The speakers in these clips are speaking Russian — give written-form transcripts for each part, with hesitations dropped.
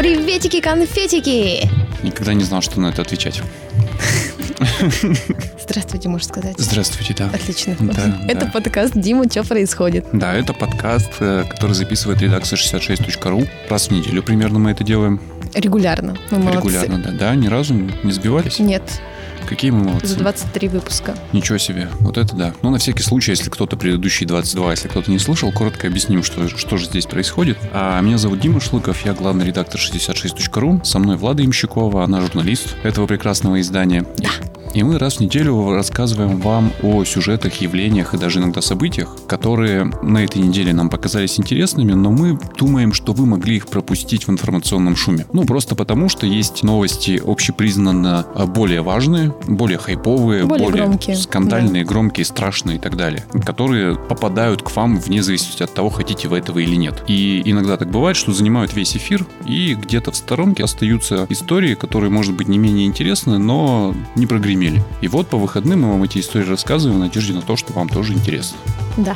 Приветики-конфетики! Никогда не знал, что на это отвечать. Здравствуйте, можешь сказать. Здравствуйте, да. Отлично. Да, это да. подкаст «Дима, что происходит?». Да, это подкаст, который записывает редакция 66.ru. Раз в неделю примерно мы это делаем. Регулярно. Мы молодцы. Регулярно, да. Да, ни разу не сбивались? Нет. Какие мы молодцы. За 23 выпуска. Ничего себе. Вот это да. Ну, на всякий случай, если кто-то предыдущие 22, если кто-то не слышал, коротко объясним, что же здесь происходит. Меня зовут Дима Шлыков, я главный редактор 66.ru. Со мной Влада Ямщикова, она журналист этого прекрасного издания. Да. И мы раз в неделю рассказываем вам о сюжетах, явлениях и даже иногда событиях, которые на этой неделе нам показались интересными, но мы думаем, что вы могли их пропустить в информационном шуме. Ну, просто потому, что есть новости общепризнанно более важные, более хайповые, более громкие, скандальные, да. Громкие, страшные и так далее, которые попадают к вам вне зависимости от того, хотите вы этого или нет. И иногда так бывает, что занимают весь эфир, и где-то в сторонке остаются истории, которые, может быть, не менее интересны, но не прогремели. И вот по выходным мы вам эти истории рассказываем в надежде на то, что вам тоже интересно. Да.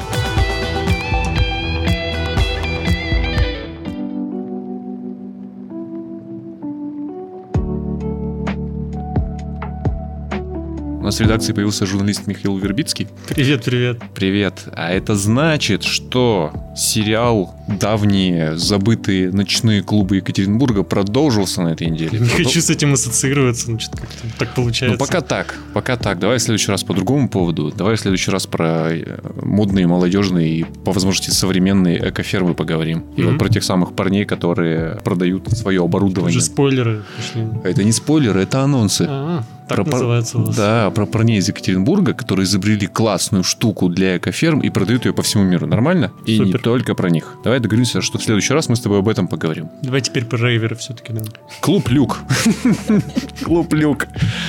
У нас в редакции появился журналист Михаил Вербицкий. Привет. Привет. А это значит, что сериал «Давние забытые ночные клубы Екатеринбурга» продолжился на этой неделе. Не хочу с этим ассоциироваться, но что-то как-то так получается. Ну, пока так. Давай в следующий раз по другому поводу. Давай в следующий раз про модные, молодежные и, по возможности, современные экофермы поговорим. И вот про тех самых парней, которые продают свое оборудование. Уже спойлеры пошли. Это не спойлеры, это анонсы. Так называется у вас. Да, про парней из Екатеринбурга, которые изобрели классную штуку для экоферм и продают ее по всему миру. Нормально? И Супер. не только про них. Давай договоримся, что в следующий раз мы с тобой об этом поговорим. Давай теперь про рейверы все-таки. Да. Клуб Люк. Клуб Люк.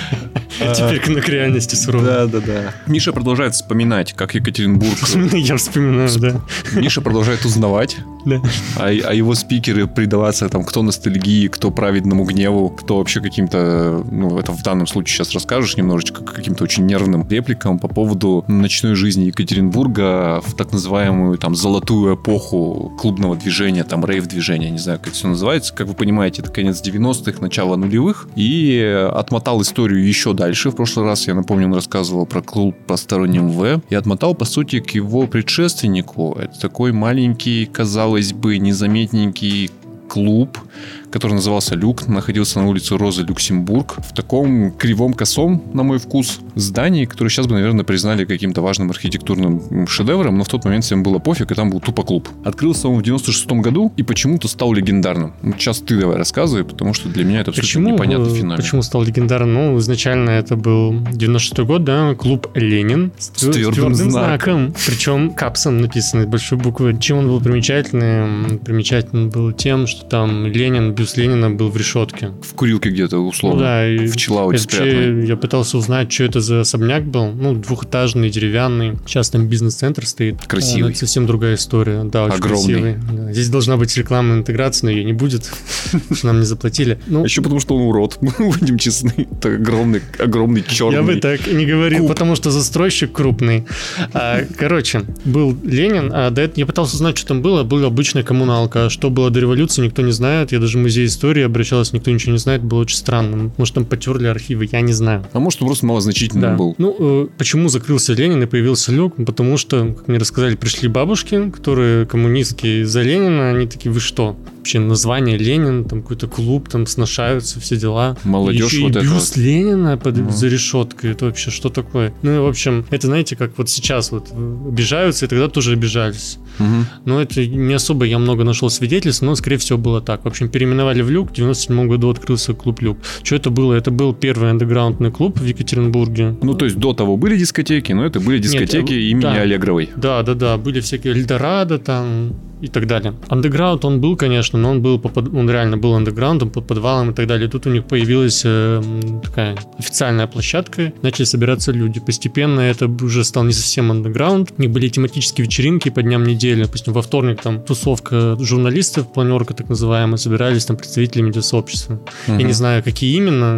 Теперь к реальности суровой. Да. Миша продолжает вспоминать, как Екатеринбург... Я вспоминаю, да. Миша продолжает узнавать, да. а его спикеры предаваться, там, кто ностальгии, кто праведному гневу, кто вообще каким-то, ну, это в данном случае сейчас расскажешь немножечко, каким-то очень нервным репликам по поводу ночной жизни Екатеринбурга в так называемую, там, золотую эпоху клубного движения, там, рейв-движения, не знаю, как это все называется. Как вы понимаете, это конец 90-х, начало нулевых, и отмотал историю еще дальше. В прошлый раз, я напомню, он рассказывал про клуб «Посторонний МВ» и отмотал, по сути, к его предшественнику. Это такой маленький, казалось бы, незаметненький клуб, который назывался «Люк», находился на улице Розы Люксембург, в таком кривом косом, на мой вкус, здании, которое сейчас бы, наверное, признали каким-то важным архитектурным шедевром, но в тот момент всем было пофиг, и там был тупо клуб. Открылся он в 96-м году и почему-то стал легендарным. Сейчас ты давай рассказывай, потому что для меня это абсолютно непонятный феномен. Почему стал легендарным? Ну, изначально это был 96-й год, да, клуб «Ленин» с твердым знаком. Причем капсом написано большой буквой. Чем он был примечательный? Примечательный был тем, что там Ленин, бюст Ленина был в решетке. В курилке где-то, условно. Ну, да, и в Челауде спрятанный. Я пытался узнать, что это за особняк был. Ну, двухэтажный, деревянный. Сейчас там бизнес-центр стоит. Красивый. Это совсем другая история. Да, очень огромный. Красивый. Да. Здесь должна быть рекламная интеграция, но ее не будет, потому что нам не заплатили. Еще потому, что он урод. Будем честны. Это огромный черный. Я бы так не говорил, куб. Потому что застройщик крупный. Короче, был Ленин, а до этого я пытался узнать, что там было. Была обычная коммуналка. Что было до революции, никто не знает. Я даже в музей истории обращался, никто ничего не знает. Было очень странно. Может, там потерли архивы, я не знаю. А может, он просто малозначительным был. Ну, почему закрылся Ленин и появился Люк? Потому что, как мне рассказали, пришли бабушки, которые коммунистки за Ленина. Они такие, вы что? Вообще название Ленин, там какой-то клуб, там сношаются, все дела. Молодежь и вот это. Бюст Ленина за решеткой. Это вообще что такое? Ну, и, в общем, это, знаете, как вот сейчас вот обижаются, и тогда тоже обижались. Но это не особо я много нашел свидетельств, но, скорее всего, было так. В общем, переименовали в Люк, в 97 году открылся клуб Люк. Что это было? Это был первый андеграундный клуб в Екатеринбурге. Ну, то есть до того были дискотеки, но это были дискотеки имени Аллегровой. Да, были всякие Эльдорадо там и так далее. Андеграунд он был, конечно, но он реально был андеграундом под подвалом и так далее. И тут у них появилась такая официальная площадка, начали собираться люди. Постепенно это уже стал не совсем андеграунд. У них были тематические вечеринки по дням недели. Допустим, во вторник там тусовка журналистов, планерка так называемая, собирались там представители медиасообщества. Я не знаю, какие именно.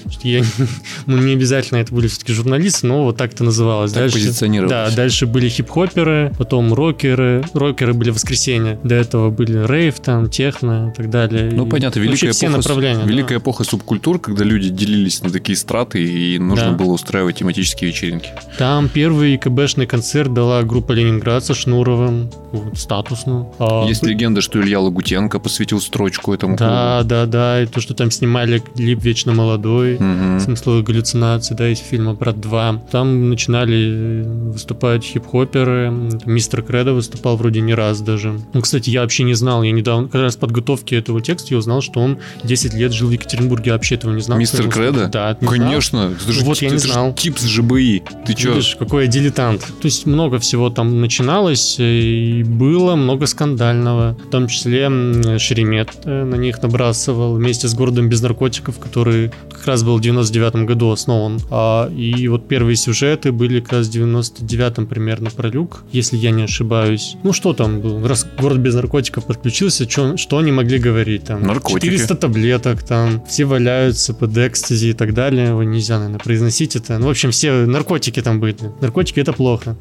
Не обязательно это были все-таки журналисты, но вот так это называлось. Так позиционировалось. Да, дальше были хип-хоперы, потом рокеры. Рокеры были в воскресенье сцене. До этого были рейв, там, техно и так далее. Ну, и понятно, вообще все направления. Великая эпоха субкультур, когда люди делились на такие страты, и нужно было устраивать тематические вечеринки. Там первый ИКБшный концерт дала группа «Ленинград» со Шнуровым, вот, статусно. Есть легенда, что Илья Лагутенко посвятил строчку этому клубу. Да, и то, что там снимали клип «Вечно молодой», смысловые галлюцинации, да, из фильма «Брат 2». Там начинали выступать хип-хоперы, Мистер Кредо выступал вроде не раз даже. Ну, кстати, я вообще не знал, я недавно, как раз в подготовке этого текста, я узнал, что он 10 лет жил в Екатеринбурге, я вообще этого не знал. Мистер Кредо? Да, конечно. Вот я не знал. Тип с ЖБИ. Ты чё? Видишь, какой я дилетант. То есть много всего там начиналось, и было много скандального. В том числе Шеремет на них набрасывал вместе с «Городом без наркотиков», который как раз был в 99-м году основан. И вот первые сюжеты были как раз в 99-м примерно про люк, если я не ошибаюсь. Ну что там был? Раз «Город без наркотиков» подключился, что они могли говорить? Там, наркотики. 400 таблеток, там, все валяются под экстази и так далее. Его нельзя, наверное, произносить это. Ну, в общем, все наркотики там были. Наркотики — это плохо.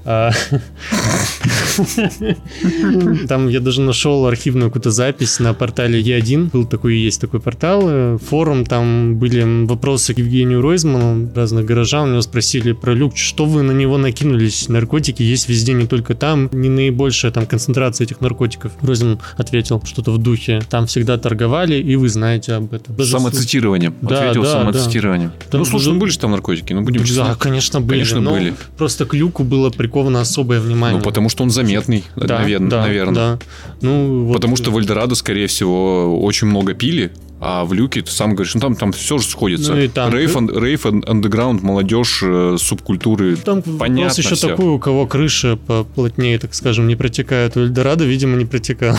Там я даже нашел архивную какую-то запись на портале Е1. Был такой, есть такой портал, форум, там были вопросы к Евгению Ройзману, разных горожан, у него спросили про люк, что вы на него накинулись, наркотики есть везде, не только там, не наибольшая там концентрация этих наркотиков. Ройзман ответил что-то в духе, там всегда торговали, и вы знаете об этом. Самоцитирование. Ответил самоцитирование. Да. Ну, слушай, были же там наркотики, ну будем честны. Да, конечно, были. Просто к люку было приковано особое внимание. Ну, потому что он заметный, наверное. Да. Ну, вот. Потому что в Эльдорадо, скорее всего, очень много пили, а в люке, ты сам говоришь, ну там все же сходится. Ну, там... Рейв, андеграунд, молодежь, субкультуры. Там понятно вопрос еще все. Такой, у кого крыша поплотнее, так скажем, не протекает. У Эльдорадо, видимо, не протекал.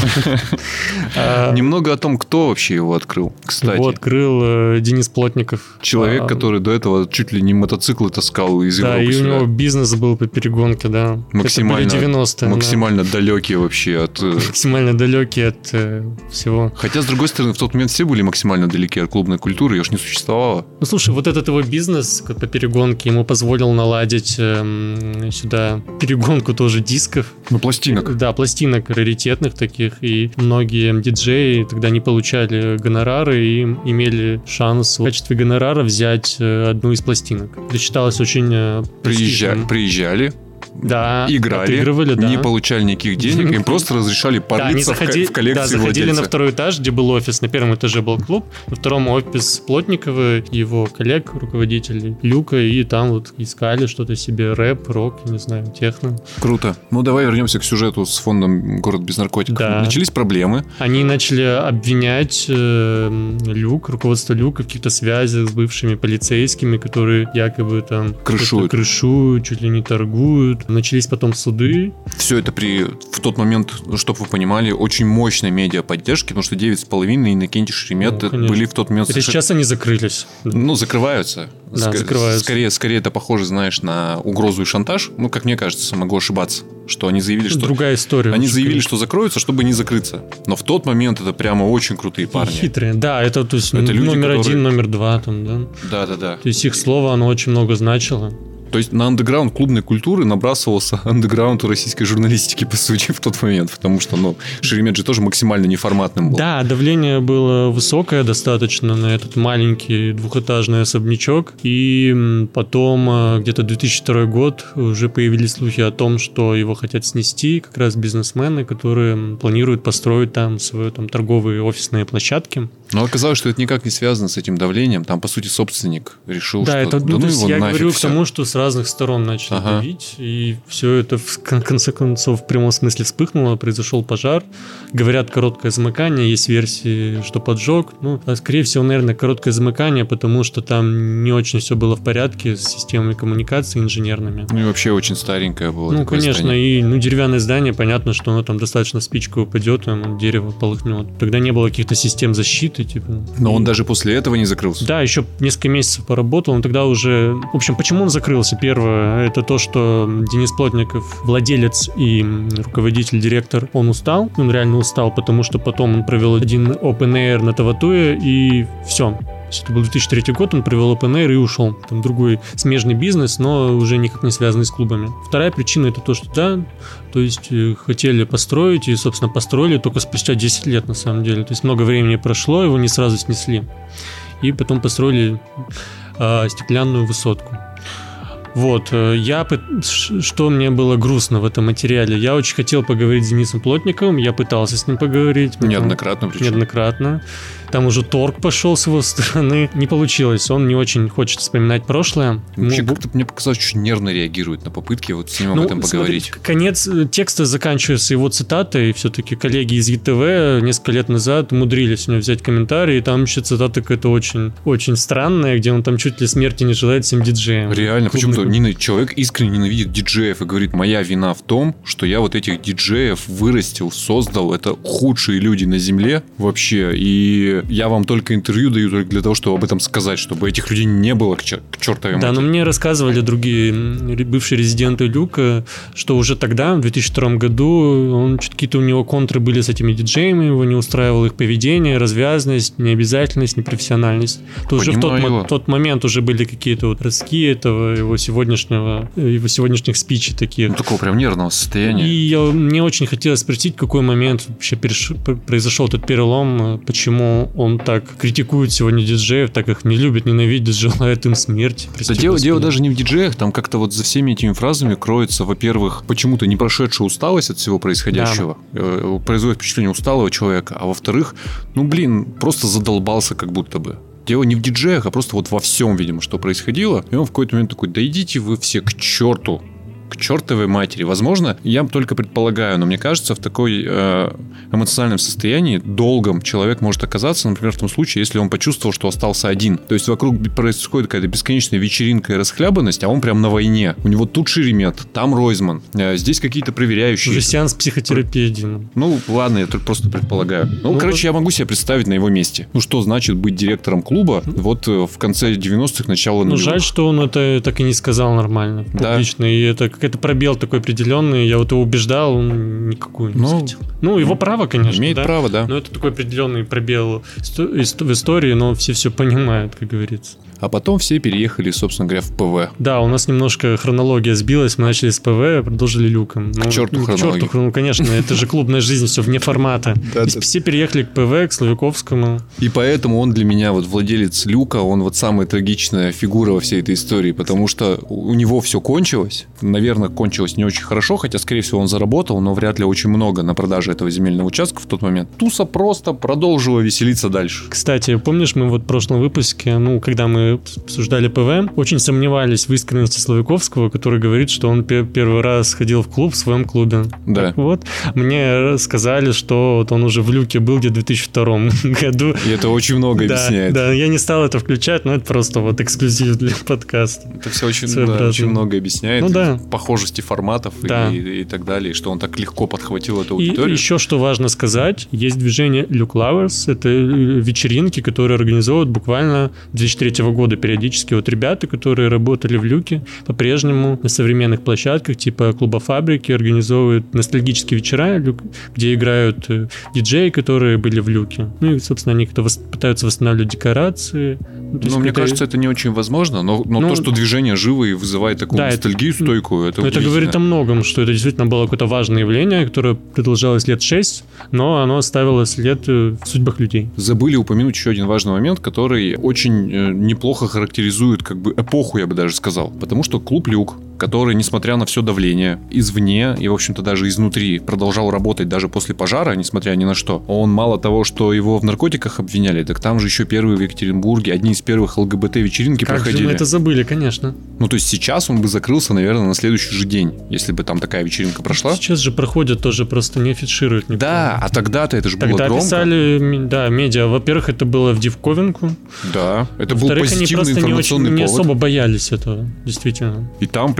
Немного о том, кто вообще его открыл, кстати. Его открыл Денис Плотников. Человек, который до этого чуть ли не мотоциклы таскал из Европы. Да, и у него бизнес был по перегонке, да. Максимально, это были 90-е. Максимально далекие вообще от... Максимально далекие от всего. Хотя, с другой стороны, в тот момент все были максимально далеки от клубной культуры, ее ж не существовало. Ну, слушай, вот этот его бизнес по перегонке ему позволил наладить сюда перегонку тоже дисков. Ну, пластинок. Да, пластинок раритетных таких, и многие диджеи тогда не получали гонорары и имели шанс в качестве гонорара взять одну из пластинок. Это считалось очень приезжали. Да, играли, не получали никаких денег, им просто разрешали порыться в коллекции. Да, заходили на второй этаж, где был офис, на первом этаже был клуб, на втором офис Плотникова, его коллег, руководителей Люка, и там вот искали что-то себе, рэп, рок, не знаю, техно. Круто. Ну, давай вернемся к сюжету с фондом «Город без наркотиков». Да. Начались проблемы. Они начали обвинять Люк, руководство Люка в каких-то связях с бывшими полицейскими, которые якобы там крышуют, чуть ли не торгуют. Начались потом суды. Все это в тот момент, чтобы вы понимали, очень мощной медиаподдержки, потому что 9,5 и Иннокентий Шеремет были в тот момент... Это сейчас они закрылись. Ну, закрываются. Да, закрываются. Скорее это похоже, знаешь, на угрозу и шантаж. Ну, как мне кажется, могу ошибаться. Что они заявили, что... Другая история. Они заявили, что закроются, чтобы не закрыться. Но в тот момент это прямо очень крутые парни. Хитрые. Да, это, то есть, это номер люди, один, номер два там, да? Да. То есть их слово, оно очень много значило. То есть на андеграунд клубной культуры набрасывался андеграунд российской журналистики, по сути, в тот момент. Потому что, Шеремет же тоже максимально неформатным был. Да, давление было высокое достаточно на этот маленький двухэтажный особнячок. И потом, где-то 2002 год, уже появились слухи о том, что его хотят снести как раз бизнесмены, которые планируют построить там свои торговые офисные площадки. Но оказалось, что это никак не связано с этим давлением. Там, по сути, собственник решил, да, что... Да, это, я говорю к тому, что с разных сторон начали давить, и все это в конце концов в прямом смысле вспыхнуло, произошел пожар. Говорят, короткое замыкание, есть версии, что поджог. Скорее всего, наверное, короткое замыкание, потому что там не очень все было в порядке с системой коммуникации инженерными. Ну и вообще очень старенькое было. Конечно, здание. И деревянное здание, понятно, что оно там достаточно спичка упадет, дерево полыхнет. Тогда не было каких-то систем защиты, Но он даже после этого не закрылся. Да, еще несколько месяцев поработал, он тогда уже... В общем, почему он закрылся? Первое, это то, что Денис Плотников, владелец и руководитель, директор, он устал. Он реально устал, потому что потом он провел один open air на Таватуе, и все. есть это был 2003 год, он провел Open Air и ушел. Там другой смежный бизнес, но уже никак не связанный с клубами. Вторая причина это то, что да, то есть хотели построить и, собственно, построили только спустя 10 лет на самом деле. То есть много времени прошло, его не сразу снесли. И потом построили стеклянную высотку. Вот, что мне было грустно в этом материале. Я очень хотел поговорить с Денисом Плотниковым, я пытался с ним поговорить. Неоднократно причем. Неоднократно. Там уже торг пошел с его стороны. Не получилось, он не очень хочет вспоминать прошлое. Вообще, как-то мне показалось, очень нервно реагирует на попытки вот с ним об этом поговорить. Конец текста заканчивается его цитатой. Все-таки коллеги из ЕТВ несколько лет назад умудрились у него взять комментарий, и там еще цитата какая-то очень, очень странная, где он там чуть ли смерти не желает всем диджеям. Реально, почему-то человек искренне ненавидит диджеев и говорит, моя вина в том, что я вот этих диджеев вырастил, создал. Это худшие люди на земле вообще. И я вам только интервью даю только для того, чтобы об этом сказать, чтобы этих людей не было к чертовой матери. Да, но мне рассказывали другие бывшие резиденты Люка, что уже тогда, в 2002 году, какие-то у него контры были с этими диджеями, его не устраивало их поведение, развязность, необязательность, непрофессиональность. То уже в тот момент уже были какие-то вот ростки этого его сегодняшних спичей таких. Ну, такого прям нервного состояния. И мне очень хотелось спросить, в какой момент вообще произошел этот перелом, почему он так критикует сегодня диджеев, так их не любит, ненавидит, желает им смерти. Да дело даже не в диджеях, там как-то вот за всеми этими фразами кроется, во-первых, почему-то не прошедшая усталость от всего происходящего. Да. Производит впечатление усталого человека, а во-вторых, просто задолбался как будто бы. Дело не в диджеях, а просто вот во всем, видимо, что происходило. И он в какой-то момент такой, да идите вы все к черту. К чертовой матери. Возможно, я только предполагаю, но мне кажется, в такой эмоциональном состоянии долгом человек может оказаться, например, в том случае, если он почувствовал, что остался один. То есть вокруг происходит какая-то бесконечная вечеринка и расхлябанность, а он прям на войне. У него тут Шеремет, там Ройзман, здесь какие-то проверяющие. Уже сеанс психотерапии, Дима. Ну, ладно, я только просто предполагаю. Короче, я могу себе представить на его месте. Что значит быть директором клуба вот в конце 90-х, начало нулевых. Жаль, что он это так и не сказал нормально, публично, и это какой-то пробел такой определенный, я вот его убеждал, он никакую не светил. Его право, конечно. Имеет право, да. Но это такой определенный пробел в истории, но все понимают, как говорится. А потом все переехали, собственно говоря, в ПВ. Да, у нас немножко хронология сбилась. Мы начали с ПВ, продолжили Люком. К черту хронологию. Конечно, это же клубная жизнь, все вне формата. Все переехали к ПВ, к Славиковскому. И поэтому он для меня, вот владелец Люка, он вот самая трагичная фигура во всей этой истории, потому что у него все кончилось. Наверное, кончилось не очень хорошо, хотя, скорее всего, он заработал, но вряд ли очень много на продаже этого земельного участка в тот момент. Туса просто продолжила веселиться дальше. Кстати, помнишь, мы вот в прошлом выпуске, когда мы обсуждали ПВ, очень сомневались в искренности Славиковского, который говорит, что он первый раз ходил в клуб в своем клубе. Да. Так вот, мне сказали, что вот он уже в Люке был где-то в 2002 году. И это очень много объясняет. Да, я не стал это включать, но это просто вот эксклюзив для подкаста. Это все очень много объясет. Да. Похожести форматов и так далее, что он так легко подхватил эту аудиторию. И еще что важно сказать, есть движение Luke Lovers, это вечеринки, которые организовывают буквально 2003 года периодически. Вот ребята, которые работали в Люке, по-прежнему на современных площадках типа Клуба Фабрики организовывают ностальгические вечера, где играют диджеи, которые были в Люке. И, собственно, они как-то пытаются восстанавливать декорации. Мне кажется, это не очень возможно, но то, что движение живо и вызывает такую ностальгию стойкую, это говорит о многом, что это действительно было какое-то важное явление, которое продолжалось лет 6, но оно оставило след в судьбах людей. Забыли упомянуть еще один важный момент, который очень неплохо характеризует эпоху, я бы даже сказал. Потому что клуб Люк, который, несмотря на все давление извне и, в общем-то, даже изнутри, продолжал работать даже после пожара, несмотря ни на что. Он мало того, что его в наркотиках обвиняли, так там же еще первые в Екатеринбурге, одни из первых ЛГБТ-вечеринки проходили. Как же мы это забыли, конечно. То есть сейчас он бы закрылся, наверное, на следующий же день, если бы там такая вечеринка прошла. Сейчас же проходят тоже, просто не афишируют никто. Да, а тогда-то это же было громко. Тогда писали, медиа. Во-первых, это было в Диковинку. Да, это был позитивный информационный повод. Не особо боялись этого, действительно. И там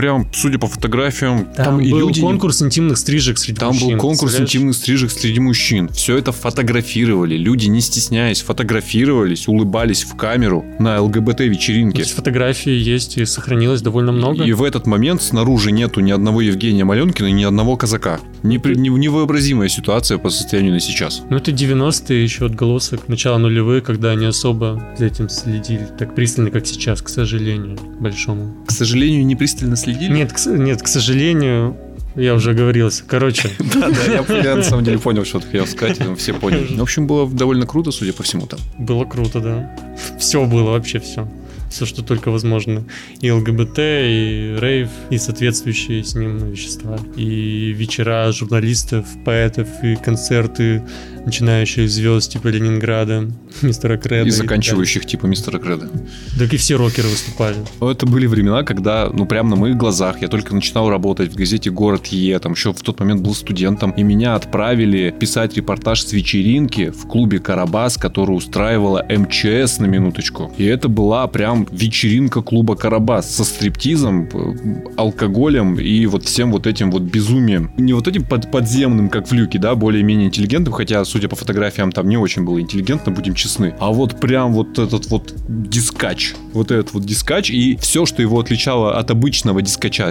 прям, судя по фотографиям, Там и был люди... конкурс интимных стрижек среди Там мужчин. был конкурс представляешь? интимных стрижек среди мужчин. Все это фотографировали. Люди, не стесняясь, фотографировались, улыбались в камеру на То ЛГБТ-вечеринке. есть фотографии есть и сохранилось довольно много. И в этот момент снаружи нету ни одного Евгения Маленкина, ни одного казака. Невообразимая ситуация по состоянию на сейчас. Ну, это 90-е, еще отголосок начала нулевых, когда не особо за этим следили так пристально, как сейчас, к сожалению, к большому. К сожалению, не пристально следили. Нет, к сожалению, я уже оговорился. Короче, Да, я на самом деле понял, что ты хотел сказать, все поняли. В общем, было довольно круто, судя по всему там. было круто, да. Все было, вообще все. Все, что только возможно. И ЛГБТ, и рейв, и соответствующие с ним вещества. И вечера журналистов, поэтов, и концерты начинающих звезд типа Ленинграда, мистера Креда. И заканчивающих типа мистера Креда. Так и все рокеры выступали. Это были времена, когда, прямо на моих глазах, я только начинал работать в газете «Город Е», там еще в тот момент был студентом, и меня отправили писать репортаж с вечеринки в клубе «Карабас», которую устраивала МЧС, на минуточку. И это была прям вечеринка клуба «Карабас» со стриптизом, алкоголем и вот всем вот этим вот безумием. Не вот этим подземным, как в «Люке», да, более-менее интеллигентным, хотя, судя по фотографиям, там не очень было интеллигентно, будем честны. А вот прям вот этот вот дискач. Вот этот вот дискач. И все, что его отличало от обычного дискача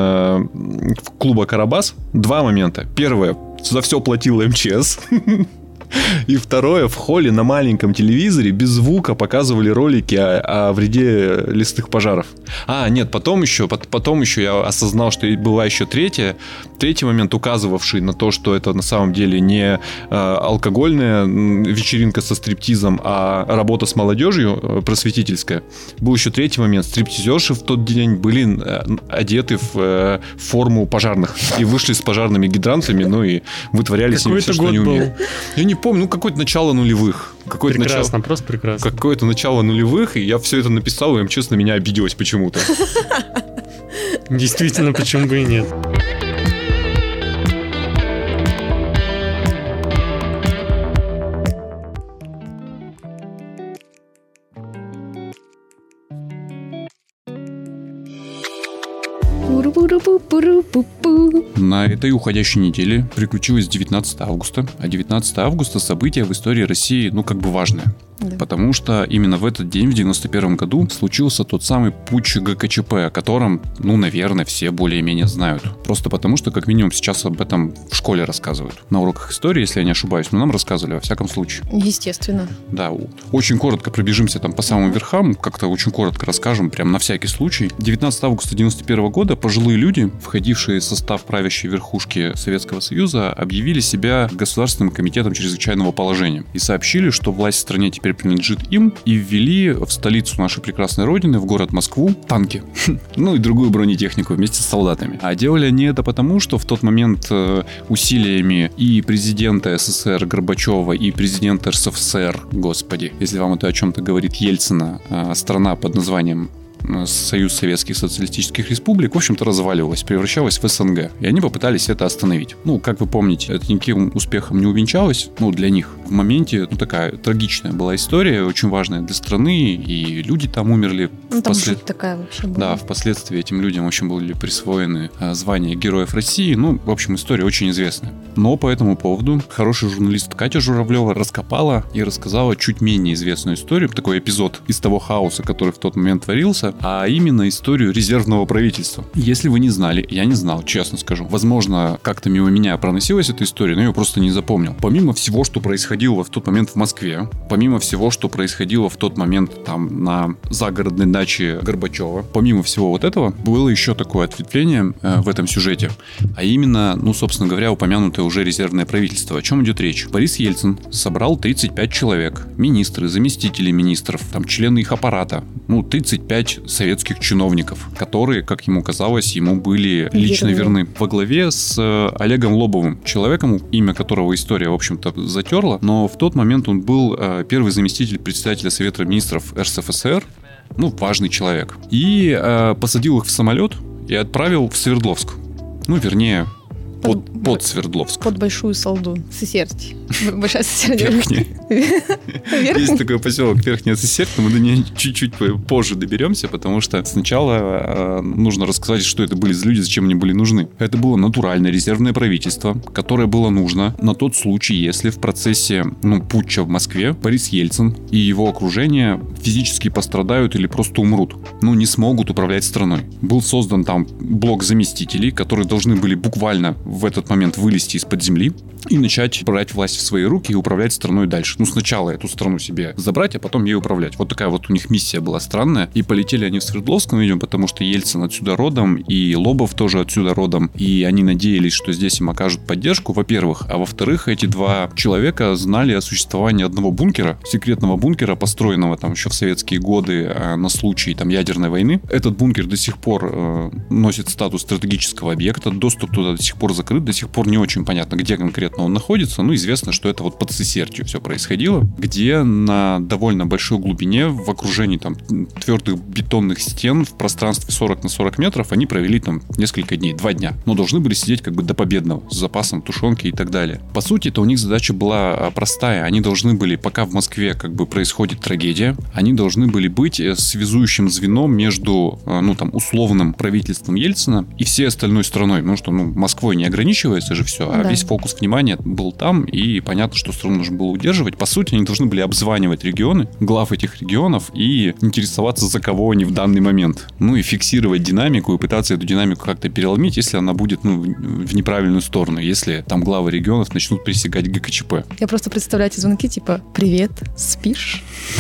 клуба «Карабас», два момента. Первое, за все платил МЧС. И второе, в холле на маленьком телевизоре без звука показывали ролики о вреде лесных пожаров. Нет, потом еще я осознал, что была еще третий момент, указывавший на то, что это на самом деле не алкогольная вечеринка со стриптизом, а работа с молодежью просветительская. Был еще третий момент. Стриптизерши в тот день были одеты в форму пожарных и вышли с пожарными гидрантами, и вытворяли с ними все, что они умели. Я не помню, какое-то начало нулевых. Прекрасно, просто прекрасно. Какое-то начало нулевых, и я все это написал, и МЧС на меня обиделась почему-то. Действительно, почему бы и нет. На этой уходящей неделе приключилось 19 августа, а 19 августа событие в истории России, важное. Да. Потому что именно в этот день, в 91 году, случился тот самый путч ГКЧП, о котором, наверное, все более-менее знают. Просто потому, что, как минимум, сейчас об этом в школе рассказывают. На уроках истории, если я не ошибаюсь, но нам рассказывали, во всяком случае. Естественно. Да, очень коротко пробежимся там по самым верхам, как-то очень коротко расскажем, прям на всякий случай. 19 августа 91 года пожилые люди, входившие в состав правящей верхушки Советского Союза, объявили себя Государственным комитетом чрезвычайного положения и сообщили, что власть в стране теперь принадлежит им, и ввели в столицу нашей прекрасной родины, в город Москву, танки, и другую бронетехнику вместе с солдатами. А делали они это потому, что в тот момент усилиями и президента СССР Горбачева, и президента РСФСР, господи, если вам это о чем-то говорит, Ельцина, страна под названием Союз Советских Социалистических Республик, в общем-то, разваливалась, превращалась в СНГ. И они попытались это остановить. Как вы помните, это никаким успехом не увенчалось, для них. В моменте, такая трагичная была история, очень важная для страны, и люди там умерли. Там жуть такая вообще была. Да, впоследствии этим людям, в общем, были присвоены звания Героев России. В общем, история очень известная. Но по этому поводу хороший журналист Катя Журавлева раскопала и рассказала чуть менее известную историю, такой эпизод из того хаоса, который в тот момент творился, а именно историю резервного правительства. Если вы не знали, я не знал, честно скажу. Возможно, как-то мимо меня проносилась эта история, но я ее просто не запомнил. Помимо всего, что происходило в тот момент в Москве, помимо всего, что происходило в тот момент там на загородной даче Горбачева, помимо всего вот этого, было еще такое ответвление в этом сюжете, а именно, собственно говоря, упомянутое уже резервное правительство. О чем идет речь? Борис Ельцин собрал 35 человек, министры, заместители министров, там члены их аппарата, 35 советских чиновников, которые, как ему казалось, ему были лично верны. Во главе с Олегом Лобовым, человеком, имя которого история, в общем-то, затерла, но в тот момент он был первый заместитель председателя Совета министров РСФСР, важный человек. И посадил их в самолет и отправил в Свердловск. Вернее, Под Свердловск. Под Большую Салду. Сесерть. Большая Сесерть. Верхняя. Есть такой поселок Верхняя Сесерть, но мы до нее чуть-чуть позже доберемся, потому что сначала нужно рассказать, что это были за люди, зачем они были нужны. Это было натуральное резервное правительство, которое было нужно на тот случай, если в процессе путча в Москве Борис Ельцин и его окружение физически пострадают или просто умрут. Не смогут управлять страной. Был создан там блок заместителей, которые должны были буквально в этот момент вылезти из-под земли и начать брать власть в свои руки и управлять страной дальше. Сначала эту страну себе забрать, а потом ей управлять. Вот такая вот у них миссия была странная. И полетели они в Свердловск, видимо, потому что Ельцин отсюда родом, и Лобов тоже отсюда родом. И они надеялись, что здесь им окажут поддержку, во-первых. А во-вторых, эти два человека знали о существовании одного бункера, секретного бункера, построенного там еще в советские годы на случай там ядерной войны. Этот бункер до сих пор носит статус стратегического объекта. Доступ туда до сих пор закрыт. До сих пор не очень понятно, где конкретно он находится. Известно, что это вот под Сесертью все происходило, где на довольно большой глубине, в окружении там твердых бетонных стен, в пространстве 40 на 40 метров, они провели там несколько дней, 2 дня. Но должны были сидеть как бы до победного, с запасом тушенки и так далее. По сути, это у них задача была простая. Они должны были, пока в Москве как бы происходит трагедия, они должны были быть связующим звеном между, условным правительством Ельцина и всей остальной страной. Потому что, Москвой не ограничивается же все, а весь фокус внимания был там, и понятно, что страну нужно было удерживать. По сути, они должны были обзванивать регионы, глав этих регионов и интересоваться, за кого они в данный момент. И фиксировать динамику и пытаться эту динамику как-то переломить, если она будет, в неправильную сторону, если там главы регионов начнут пресекать ГКЧП. Я просто представляю эти звонки, типа: «Привет, спишь?»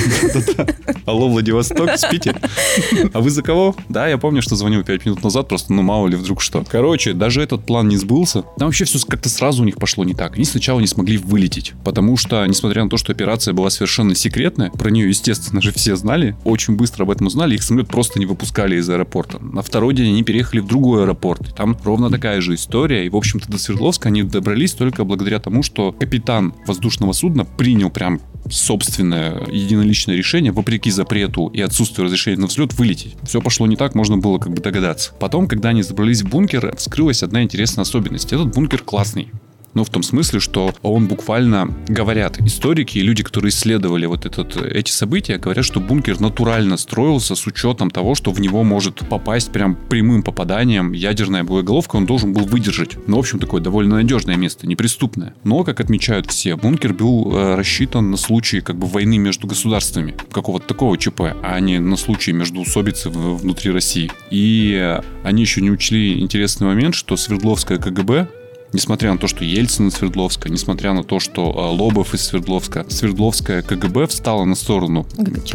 Алло, Владивосток, спите? А вы за кого? Да, я помню, что звонил 5 минут назад, просто мало ли вдруг что. Короче, даже этот план не сбылся. Там вообще все как-то сразу у них пошло не так. Они сначала не смогли вылететь, потому что, несмотря на то, что операция была совершенно секретная, про нее, естественно же, все знали, очень быстро об этом узнали, их самолет просто не выпускали из аэропорта. На второй день они переехали в другой аэропорт, и там ровно такая же история, и, в общем-то, до Свердловска они добрались только благодаря тому, что капитан воздушного судна принял прям собственное единоличное решение, вопреки запрету и отсутствию разрешения на взлет, вылететь. Все пошло не так, можно было как бы догадаться. Потом, когда они забрались в бункер, вскрылась одна интересная особенность. Этот бункер классный. В том смысле, что он буквально, говорят историки и люди, которые исследовали эти события, говорят, что бункер натурально строился с учетом того, что в него может попасть прям прямым попаданием ядерная боеголовка, он должен был выдержать. В общем, такое довольно надежное место, неприступное. Но, как отмечают все, бункер был рассчитан на случай как бы войны между государствами, какого-то такого ЧП, а не на случай междоусобицы внутри России. И они еще не учли интересный момент, что Свердловское КГБ, несмотря на то, что Ельцин из Свердловска, несмотря на то, что Лобов из Свердловска, Свердловское КГБ встало на сторону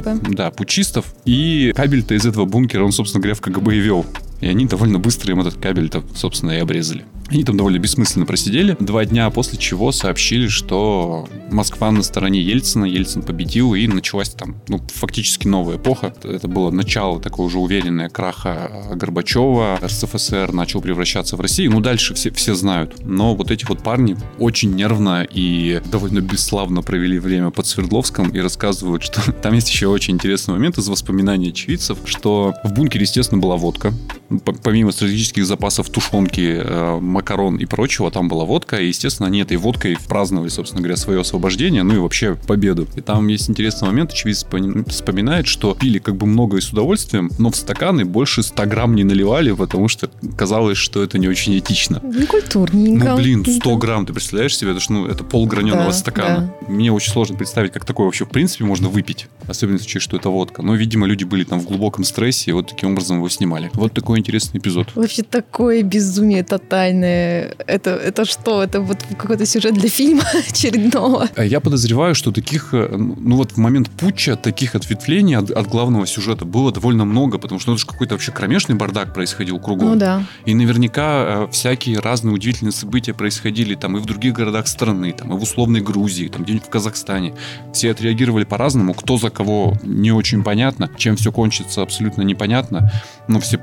путчистов, и кабель-то из этого бункера он, собственно говоря, в КГБ и вел. И они довольно быстро им этот кабель-то, собственно, и обрезали. Они там довольно бессмысленно просидели 2 дня, после чего сообщили, что Москва на стороне Ельцина, Ельцин победил, и началась там, фактически новая эпоха. Это было начало такого уже уверенное краха Горбачева, РСФСР начал превращаться в Россию. Дальше все знают. Но эти парни очень нервно и довольно бесславно провели время под Свердловском и рассказывают, что там есть еще очень интересный момент из воспоминаний очевидцев, что в бункере, естественно, была водка. Помимо стратегических запасов тушенки, макарон и прочего, там была водка, и, естественно, они этой водкой праздновали, собственно говоря, свое освобождение, и вообще победу. И там есть интересный момент, очевидец вспоминает, что пили как бы много и с удовольствием, но в стаканы больше 100 грамм не наливали, потому что казалось, что это не очень этично. Некультурненько. 100 грамм, ты представляешь себе, это полграненого стакана. Да. Мне очень сложно представить, как такое вообще в принципе можно выпить, особенно в случае, что это водка. Но, видимо, люди были там в глубоком стрессе, и таким образом его снимали. Такой интересный эпизод. Вообще такое безумие тотальное. Это что? Это какой-то сюжет для фильма очередного? Я подозреваю, что таких, в момент путча таких ответвлений от главного сюжета было довольно много, потому что это же какой-то вообще кромешный бардак происходил кругом. Да. И наверняка всякие разные удивительные события происходили там и в других городах страны, там и в условной Грузии, там где-нибудь в Казахстане. Все отреагировали по-разному, кто за кого не очень понятно, чем все кончится абсолютно непонятно, но все помнят, что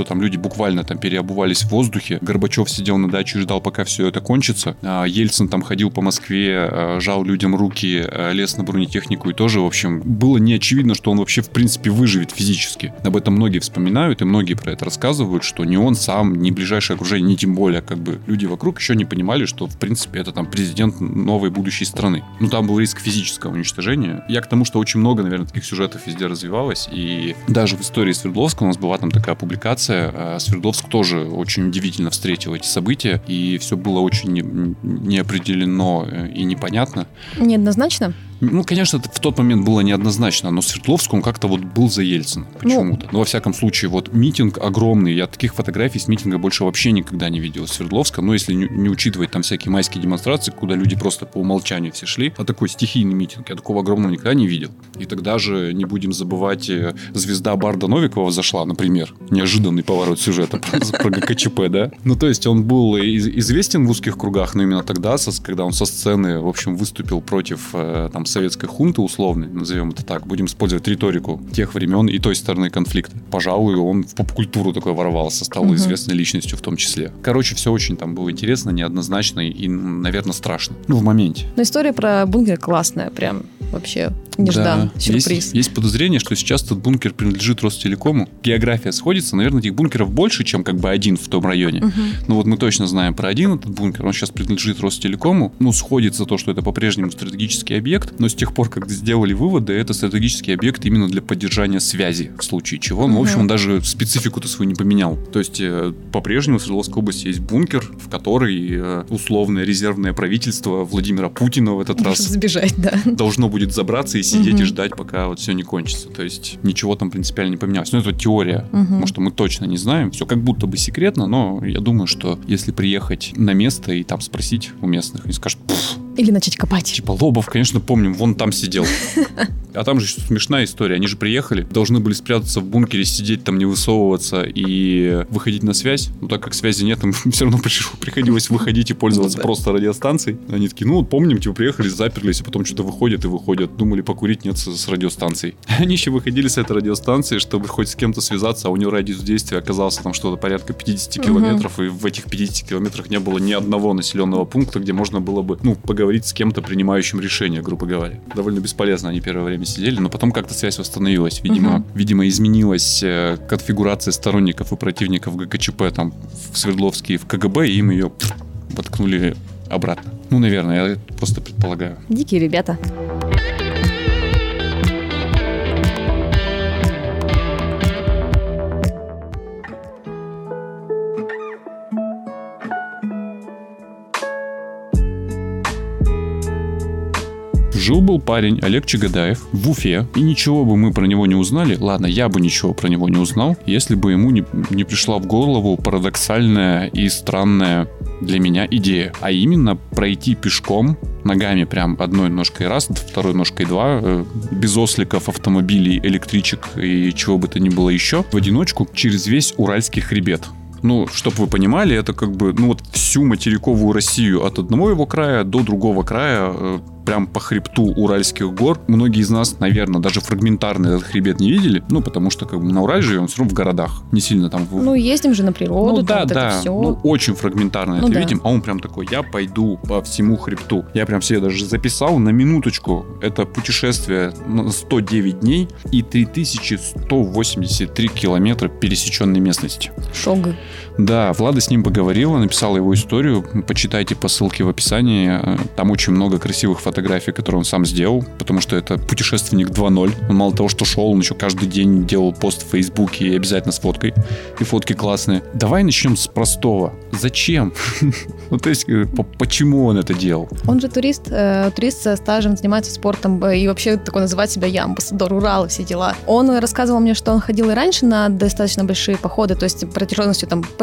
там люди буквально там переобувались в воздухе. Горбачев сидел на даче и ждал, пока все это кончится. Ельцин там ходил по Москве, жал людям руки, лез на бронетехнику и тоже, в общем, было не очевидно, что он вообще, в принципе, выживет физически. Об этом многие вспоминают, и многие про это рассказывают, что ни он сам, ни ближайшее окружение, ни тем более, как бы, люди вокруг еще не понимали, что, в принципе, это там президент новой будущей страны. Ну, там был риск физического уничтожения. Я к тому, что очень много, наверное, таких сюжетов везде развивалось, и даже в истории Свердловска у нас была там такая публикация. Свердловск тоже очень удивительно встретил эти события, и все было очень неопределено и непонятно. Неоднозначно? Ну, конечно, в тот момент было неоднозначно, но Свердловск, он как-то вот был за Ельцина почему-то. Ну, во всяком случае, вот митинг огромный. Я таких фотографий с митинга больше вообще никогда не видел из Свердловска. Но если не учитывать там всякие майские демонстрации, куда люди просто по умолчанию все шли, а такой стихийный митинг, я такого огромного никогда не видел. И тогда же, не будем забывать, звезда Барда Новикова зашла, например. Неожиданный поворот сюжета про ГКЧП, да? Ну, то есть он был известен в узких кругах, но именно тогда, когда он со сцены, в общем, выступил против там советской хунты условной, назовем это так, будем использовать риторику тех времен и той стороны конфликта. Пожалуй, он в поп-культуру такой ворвался, стал известной личностью в том числе. Короче, все очень там было интересно, неоднозначно и, наверное, страшно. Ну, в моменте. Но история про бункер классная, прям вообще неждан, да. сюрприз. Есть подозрение, что сейчас этот бункер принадлежит Ростелекому. География сходится, наверное, этих бункеров больше, чем как бы один в том районе. Но вот мы точно знаем про один этот бункер, он сейчас принадлежит Ростелекому. Ну, сходится то, что это по-прежнему стратегический объект, но с тех пор, как сделали выводы, это стратегический объект именно для поддержания связи, в случае чего. Ну, в общем, он даже специфику-то свою не поменял. То есть, по-прежнему в Свердловской области есть бункер, в который условное резервное правительство Владимира Путина в этот раз сбежать, да. Должно будет забраться и сидеть и ждать, пока вот все не кончится. То есть, ничего там принципиально не поменялось. Ну, это теория. Может, мы точно не знаем. Все как будто бы секретно, но я думаю, что если приехать на место и там спросить у местных, они скажут: или начать копать. Типа Лобов, конечно, помним, вон там сидел. А там же смешная история. Они же приехали, должны были спрятаться в бункере, сидеть там, не высовываться и выходить на связь. Но так как связи нет, им все равно приходилось выходить и пользоваться просто радиостанцией. Они такие: ну, помним, типа, приехали, заперлись, а потом что-то выходят и выходят. Думали покурить, нет, с радиостанцией. Они еще выходили с этой радиостанции, чтобы хоть с кем-то связаться, а у него радиус действия оказался там что-то порядка 50 километров, и в этих 50 километрах не было ни одного населенного пункта, где можно было бы, ну, поговорить с кем-то, принимающим решение, грубо говоря. Довольно бесполезно они первое время сидели, но потом как-то связь восстановилась. Видимо, изменилась конфигурация сторонников и противников ГКЧП там в Свердловске и в КГБ, и им ее воткнули обратно. Ну, наверное, я просто предполагаю. Дикие ребята. Жил-был парень Олег Чагадаев в Уфе, и ничего бы мы про него не узнали, ладно, я бы ничего про него не узнал, если бы ему не пришла в голову парадоксальная и странная для меня идея, а именно пройти пешком, ногами прям одной ножкой раз, второй ножкой два, без осликов, автомобилей, электричек и чего бы то ни было еще, в одиночку через весь Уральский хребет. Ну, чтобы вы понимали, это как бы, ну вот всю материковую Россию от одного его края до другого края, прям по хребту Уральских гор. Многие из нас, наверное, даже фрагментарно этот хребет не видели, ну, потому что как бы на Урале живем, все равно в городах, не сильно там... Ну, ездим же на природу, ну, да, вот да, это все. Ну, очень фрагментарно это видим, а он прям такой: я пойду по всему хребту. Я прям себе даже записал на минуточку, это путешествие на 109 дней и 3183 километра пересеченной местности. Шок. Да, Влада с ним поговорила, написала его историю. Почитайте по ссылке в описании. Там очень много красивых фотографий, которые он сам сделал, потому что это путешественник 2.0. Он мало того, что шел, он еще каждый день делал пост в Фейсбуке и обязательно с фоткой. И фотки классные. Давай начнем с простого. Зачем? Ну, то есть, почему он это делал? Он же турист со стажем, занимается спортом и вообще такой называет себя я амбассадор Урала, все дела. Он рассказывал мне, что он ходил и раньше на достаточно большие походы, то есть протяженностью там по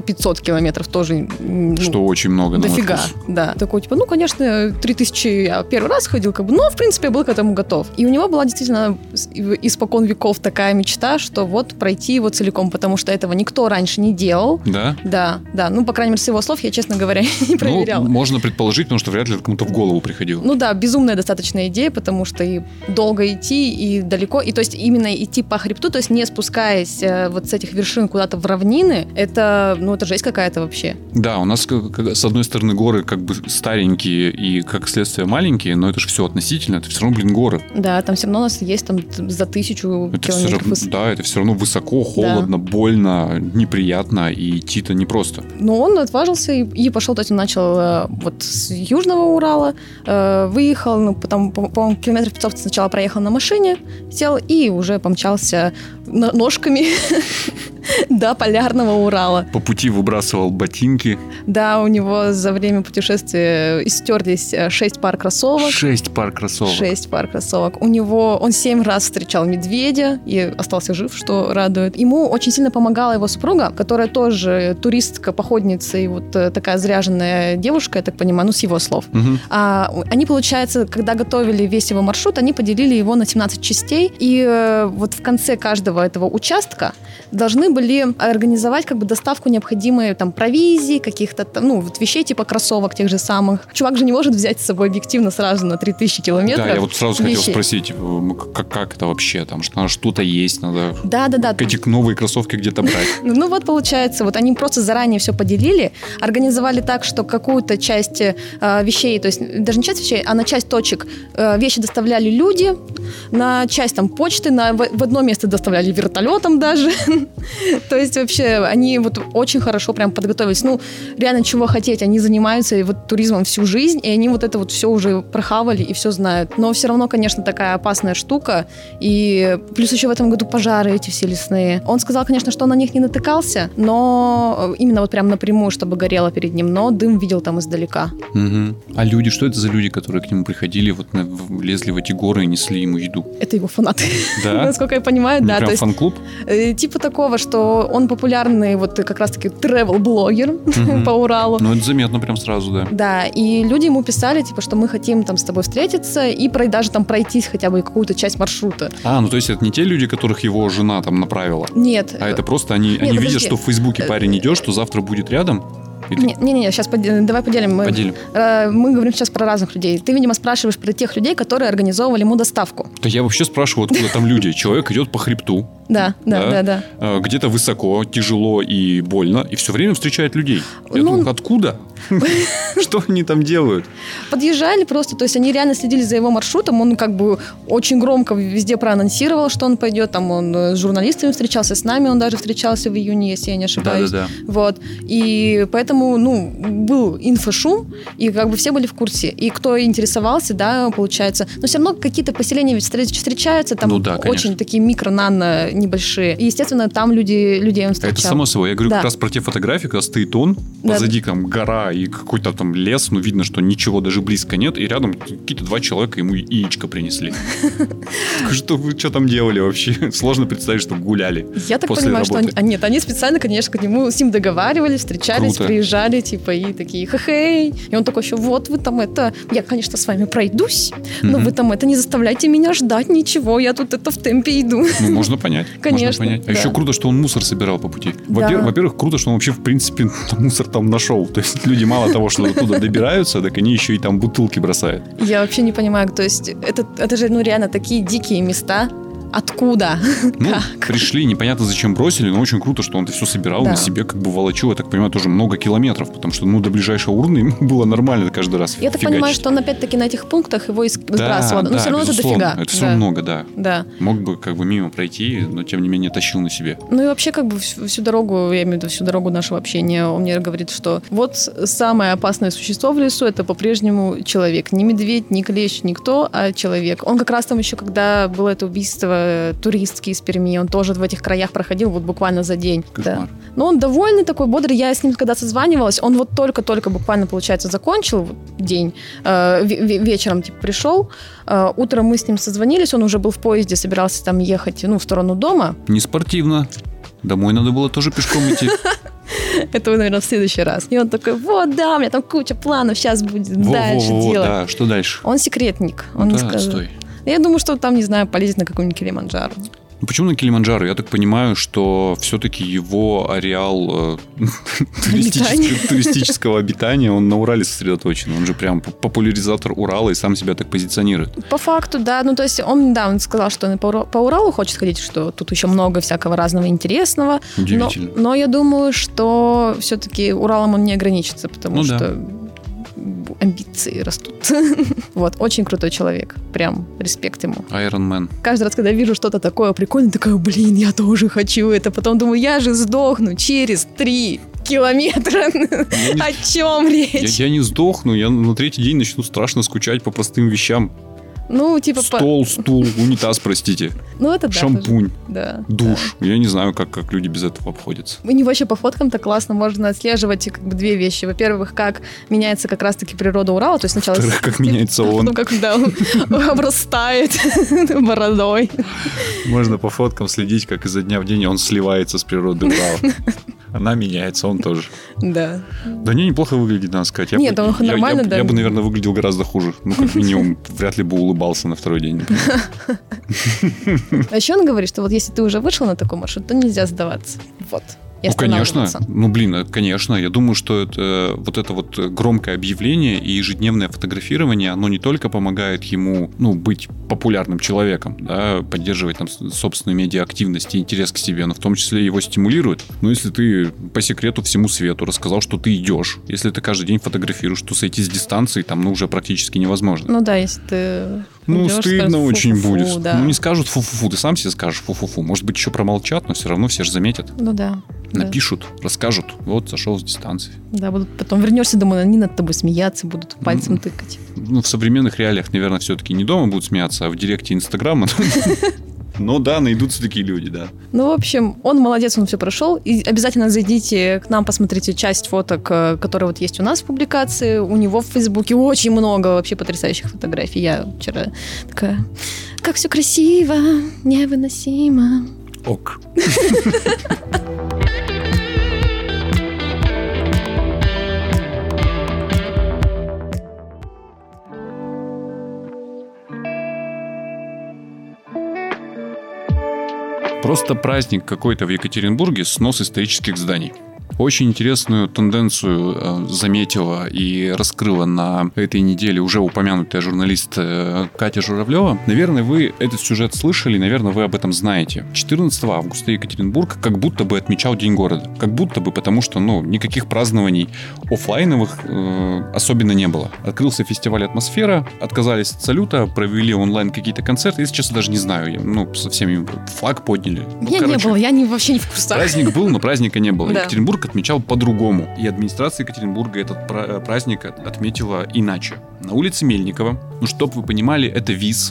500 километров тоже. Что очень много. Дофига, да. Такой, типа, конечно, 3000 я первый раз ходил, но, в принципе, я был к этому готов. И у него была действительно испокон веков такая мечта, что вот пройти его целиком, потому что этого никто раньше не делал. Да? Да. По крайней мере, с его слов я, честно говоря, не проверяла. Можно предположить, потому что вряд ли это кому-то в голову приходило. Безумная достаточно идея, потому что и долго идти, и далеко, и то есть именно идти по хребту, то есть не спускаясь вот с этих вершин куда-то в равнины, это жесть какая-то вообще. Да, у нас с одной стороны горы как бы старенькие и как следствие маленькие, но это же все относительно, это все равно, горы. Да, там все равно у нас есть там за 1000 километров. Да, это все равно высоко, холодно, больно, неприятно, и идти-то непросто. Но он отважился и пошел, то есть он начал вот с Южного Урала, выехал, потом, по-моему, километров 500 сначала проехал на машине, сел и уже помчался ножками до полярного Урала. По пути выбрасывал ботинки. Да, у него за время путешествия истерлись 6 пар кроссовок. 6 пар кроссовок. 6 пар кроссовок. Он 7 раз встречал медведя и остался жив, что радует. Ему очень сильно помогала его супруга, которая тоже туристка, походница и вот такая заряженная девушка, я так понимаю, с его слов. Угу. Они, получается, когда готовили весь его маршрут, они поделили его на 17 частей, и вот в конце каждого этого участка должны были организовать как бы доставку необходимой там провизии, каких-то там, вот вещей типа кроссовок тех же самых. Чувак же не может взять с собой объективно сразу на 3000 километров. Да, я вот сразу вещей. хотел спросить, как это вообще? Там надо что-то есть, надо да. эти новые кроссовки где-то брать. Вот получается, вот они просто заранее все поделили, организовали так, что какую-то часть вещей, то есть даже не часть вещей, а на часть точек вещи доставляли люди, на часть там почты, в одно место доставляли вертолетом даже. То есть вообще они вот очень хорошо прям подготовились. Реально чего хотеть, они занимаются вот туризмом всю жизнь, и они вот это вот все уже прохавали и все знают. Но все равно, конечно, такая опасная штука. И плюс еще в этом году пожары эти все лесные. Он сказал, конечно, что он на них не натыкался, но именно вот прям напрямую, чтобы горело перед ним, но дым видел там издалека. Угу. А люди, что это за люди, которые к нему приходили, вот лезли в эти горы и несли ему еду? Это его фанаты. Да? Насколько я понимаю, да. Прям фан-клуб? Типа такого, что он популярный вот как раз-таки travel-блогер по Уралу. Это заметно прям сразу, да. Да, и люди ему писали, типа, что мы хотим там с тобой встретиться и даже там пройтись хотя бы какую-то часть маршрута. То есть это не те люди, которых его жена там направила? Нет. А это просто они видят, что в Фейсбуке парень идет, что завтра будет рядом? Не, сейчас давай поделим. Поделим. Мы говорим сейчас про разных людей. Ты, видимо, спрашиваешь про тех людей, которые организовывали ему доставку. Да я вообще спрашиваю, откуда там люди. Человек идет по хребту. Да. Где-то высоко, тяжело и больно, и все время встречает людей. Я думаю, откуда? Что они там делают? Подъезжали просто, то есть они реально следили за его маршрутом, он как бы очень громко везде проанонсировал, что он пойдет, там он с журналистами встречался, с нами он даже встречался в июне, если я не ошибаюсь. Да. Вот. И поэтому, был инфошум, и как бы все были в курсе. И кто интересовался, да, получается. Но все равно какие-то поселения ведь встречаются, там очень такие микро-нано небольшие. И, естественно, там людей он встречал. Это само собой. Я говорю как раз про те фотографии, когда стоит он, позади там гора и какой-то там лес, видно, что ничего даже близко нет, и рядом какие-то 2 человека ему яичко принесли. Что там делали вообще? Сложно представить, что гуляли. Я так понимаю, что они специально, конечно, к нему с ним договаривались, встречались, приезжали, типа, и такие, хе-хей. И он такой еще, вот вы там я, конечно, с вами пройдусь, но вы там не заставляйте меня ждать ничего, я тут в темпе иду. Можно понять. Конечно. А еще круто, что он мусор собирал по пути. Во-первых, круто, что он вообще, в принципе, мусор там нашел. То есть люди мало того, что туда добираются, так они еще и там бутылки бросают. Я вообще не понимаю, то есть это же реально такие дикие места. Откуда? Пришли, непонятно зачем бросили, но очень круто, что он это все собирал на себе, как бы волочил, я так понимаю, тоже много километров, потому что, до ближайшей урны ему было нормально каждый раз. Я так понимаю, что он опять-таки на этих пунктах его сбрасывал, но все равно это дофига. Это все равно много, да. Мог бы как бы мимо пройти, но тем не менее тащил на себе. И вообще как бы всю дорогу, я имею в виду всю дорогу нашего общения, он мне говорит, что вот самое опасное существо в лесу — это по-прежнему человек. Не медведь, не клещ, никто, а человек. Он как раз там еще, когда было это убийство туристки из Перми, он тоже в этих краях проходил вот буквально за день. Да. Но он довольный такой, бодрый. Я с ним когда созванивалась, он вот только-только буквально, получается, закончил день, вечером пришел. Утром мы с ним созвонились, он уже был в поезде, собирался там ехать, в сторону дома. Не спортивно. Домой надо было тоже пешком идти. Это, наверное, в следующий раз. И он такой, вот, да, у меня там куча планов, сейчас будет дальше делать. Да, что дальше? Он секретник, он не скажет. Стой. Я думаю, что там, не знаю, полезет на какой-нибудь Килиманджаро. Ну, почему на Килиманджаро? Я так понимаю, что все-таки его ареал туристического обитания, он на Урале сосредоточен. Он же прям популяризатор Урала и сам себя так позиционирует. По факту, да. Ну, то есть он сказал, что он и по Уралу хочет ходить, что тут еще много всякого разного интересного. Удивительно. Но я думаю, что все-таки Уралом он не ограничится, потому что амбиции растут. Вот, очень крутой человек. Прям респект ему. Iron Man. Каждый раз, когда вижу что-то такое прикольное, такая, блин, я тоже хочу это. Потом думаю, я же сдохну через 3 километра. О чем речь? Я не сдохну, я на 3-й день начну страшно скучать по простым вещам. Ну, типа... Стол, стул, унитаз, простите. Ну, это да. Шампунь, да, душ. Да. Я не знаю, как люди без этого обходятся. У него еще по фоткам-то классно можно отслеживать как бы 2 вещи. Во-первых, как меняется как раз-таки природа Урала. То есть сначала... Во-вторых, как меняется он. Потом, когда он обрастает бородой. Можно по фоткам следить, как изо дня в день он сливается с природой Урала. Она меняется, он тоже. Да. Да не, неплохо выглядит, надо сказать. Нет, он нормально, да. Я бы, наверное, выглядел гораздо хуже. Ну, как минимум, вряд ли бы улыбался на 2-й день. А еще он говорит, что вот если ты уже вышел на такой маршрут, то нельзя сдаваться. Вот. Ну, конечно. Ну, блин, конечно. Я думаю, что это вот громкое объявление и ежедневное фотографирование, оно не только помогает ему, быть популярным человеком, да, поддерживать там собственную медиа-активность и интерес к себе, но в том числе его стимулирует. Ну, если ты по секрету всему свету рассказал, что ты идешь, если ты каждый день фотографируешь, то сойти с дистанции там, уже практически невозможно. Ну, да, если ты... стыдно скажут, очень будет. Да. Не скажут фу-фу-фу, ты сам себе скажешь фу-фу-фу. Может быть, еще промолчат, но все равно все же заметят. Ну, да. Напишут, расскажут. Вот, сошел с дистанции. Да, будут потом вернешься домой, они над тобой смеяться, будут пальцем тыкать. Ну, в современных реалиях, наверное, все-таки не дома будут смеяться, а в директе Инстаграма. Но да, найдутся такие люди, да. Ну, в общем, он молодец, он все прошел. И обязательно зайдите к нам, посмотрите часть фоток, которые вот есть у нас в публикации. У него в Фейсбуке очень много вообще потрясающих фотографий. Я вчера такая, как все красиво, невыносимо. Ок. Просто праздник какой-то в Екатеринбурге, снос исторических зданий. Очень интересную тенденцию заметила и раскрыла на этой неделе уже упомянутая журналист Катя Журавлева. Наверное, вы этот сюжет слышали, наверное, вы об этом знаете. 14 августа Екатеринбург как будто бы отмечал День города. Как будто бы, потому что, никаких празднований офлайновых особенно не было. Открылся фестиваль «Атмосфера», отказались от салюта, провели онлайн какие-то концерты. Если честно, даже не знаю. Совсем флаг подняли. Я не было, я вообще не в курсах. Праздник был, но праздника не было. Да. Екатеринбург отмечал по-другому. И администрация Екатеринбурга этот праздник отметила иначе. На улице Мельникова, чтоб вы понимали, это ВИЗ,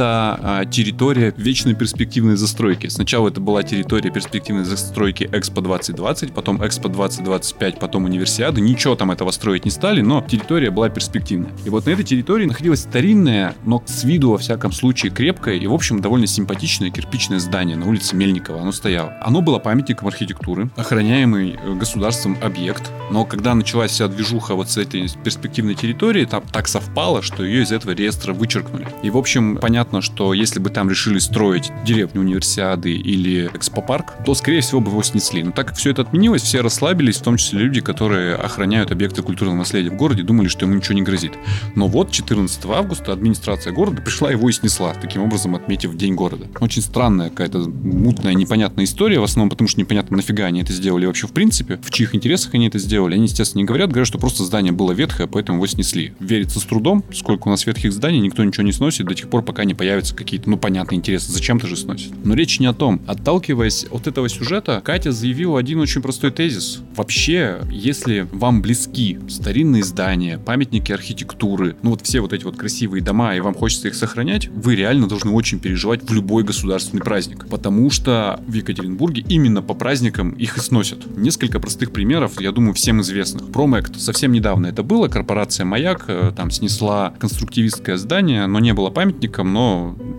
это территория вечной перспективной застройки. Сначала это была территория перспективной застройки Экспо 2020, потом Экспо 2025, потом Универсиады. Ничего там этого строить не стали, но территория была перспективная. И вот на этой территории находилось старинное, но с виду, во всяком случае, крепкое и, в общем, довольно симпатичное кирпичное здание на улице Мельникова. Оно стояло. Оно было памятником архитектуры, охраняемый государством объект. Но когда началась вся движуха вот с этой перспективной территории, там так совпало, что ее из этого реестра вычеркнули. И, в общем, понятно, что если бы там решили строить деревню Универсиады или Экспопарк, то, скорее всего, бы его снесли. Но так как все это отменилось, все расслабились, в том числе люди, которые охраняют объекты культурного наследия в городе, думали, что ему ничего не грозит. Но вот 14 августа администрация города пришла его и снесла, таким образом отметив День города. Очень странная какая-то мутная, непонятная история, в основном потому, что непонятно, нафига они это сделали вообще в принципе, в чьих интересах они это сделали. Они, естественно, не говорят, что просто здание было ветхое, поэтому его снесли. Верится с трудом, сколько у нас ветхих зданий, никто ничего не сносит до тех пор, пока не появятся какие-то, понятные интересы. Зачем-то же сносит. Но речь не о том. Отталкиваясь от этого сюжета, Катя заявила один очень простой тезис. Вообще, если вам близки старинные здания, памятники архитектуры, все вот эти вот красивые дома, и вам хочется их сохранять, вы реально должны очень переживать в любой государственный праздник. Потому что в Екатеринбурге именно по праздникам их и сносят. Несколько простых примеров, я думаю, всем известных. Промэкт совсем недавно это было. Корпорация «Маяк» там снесла конструктивистское здание, но не было памятником, но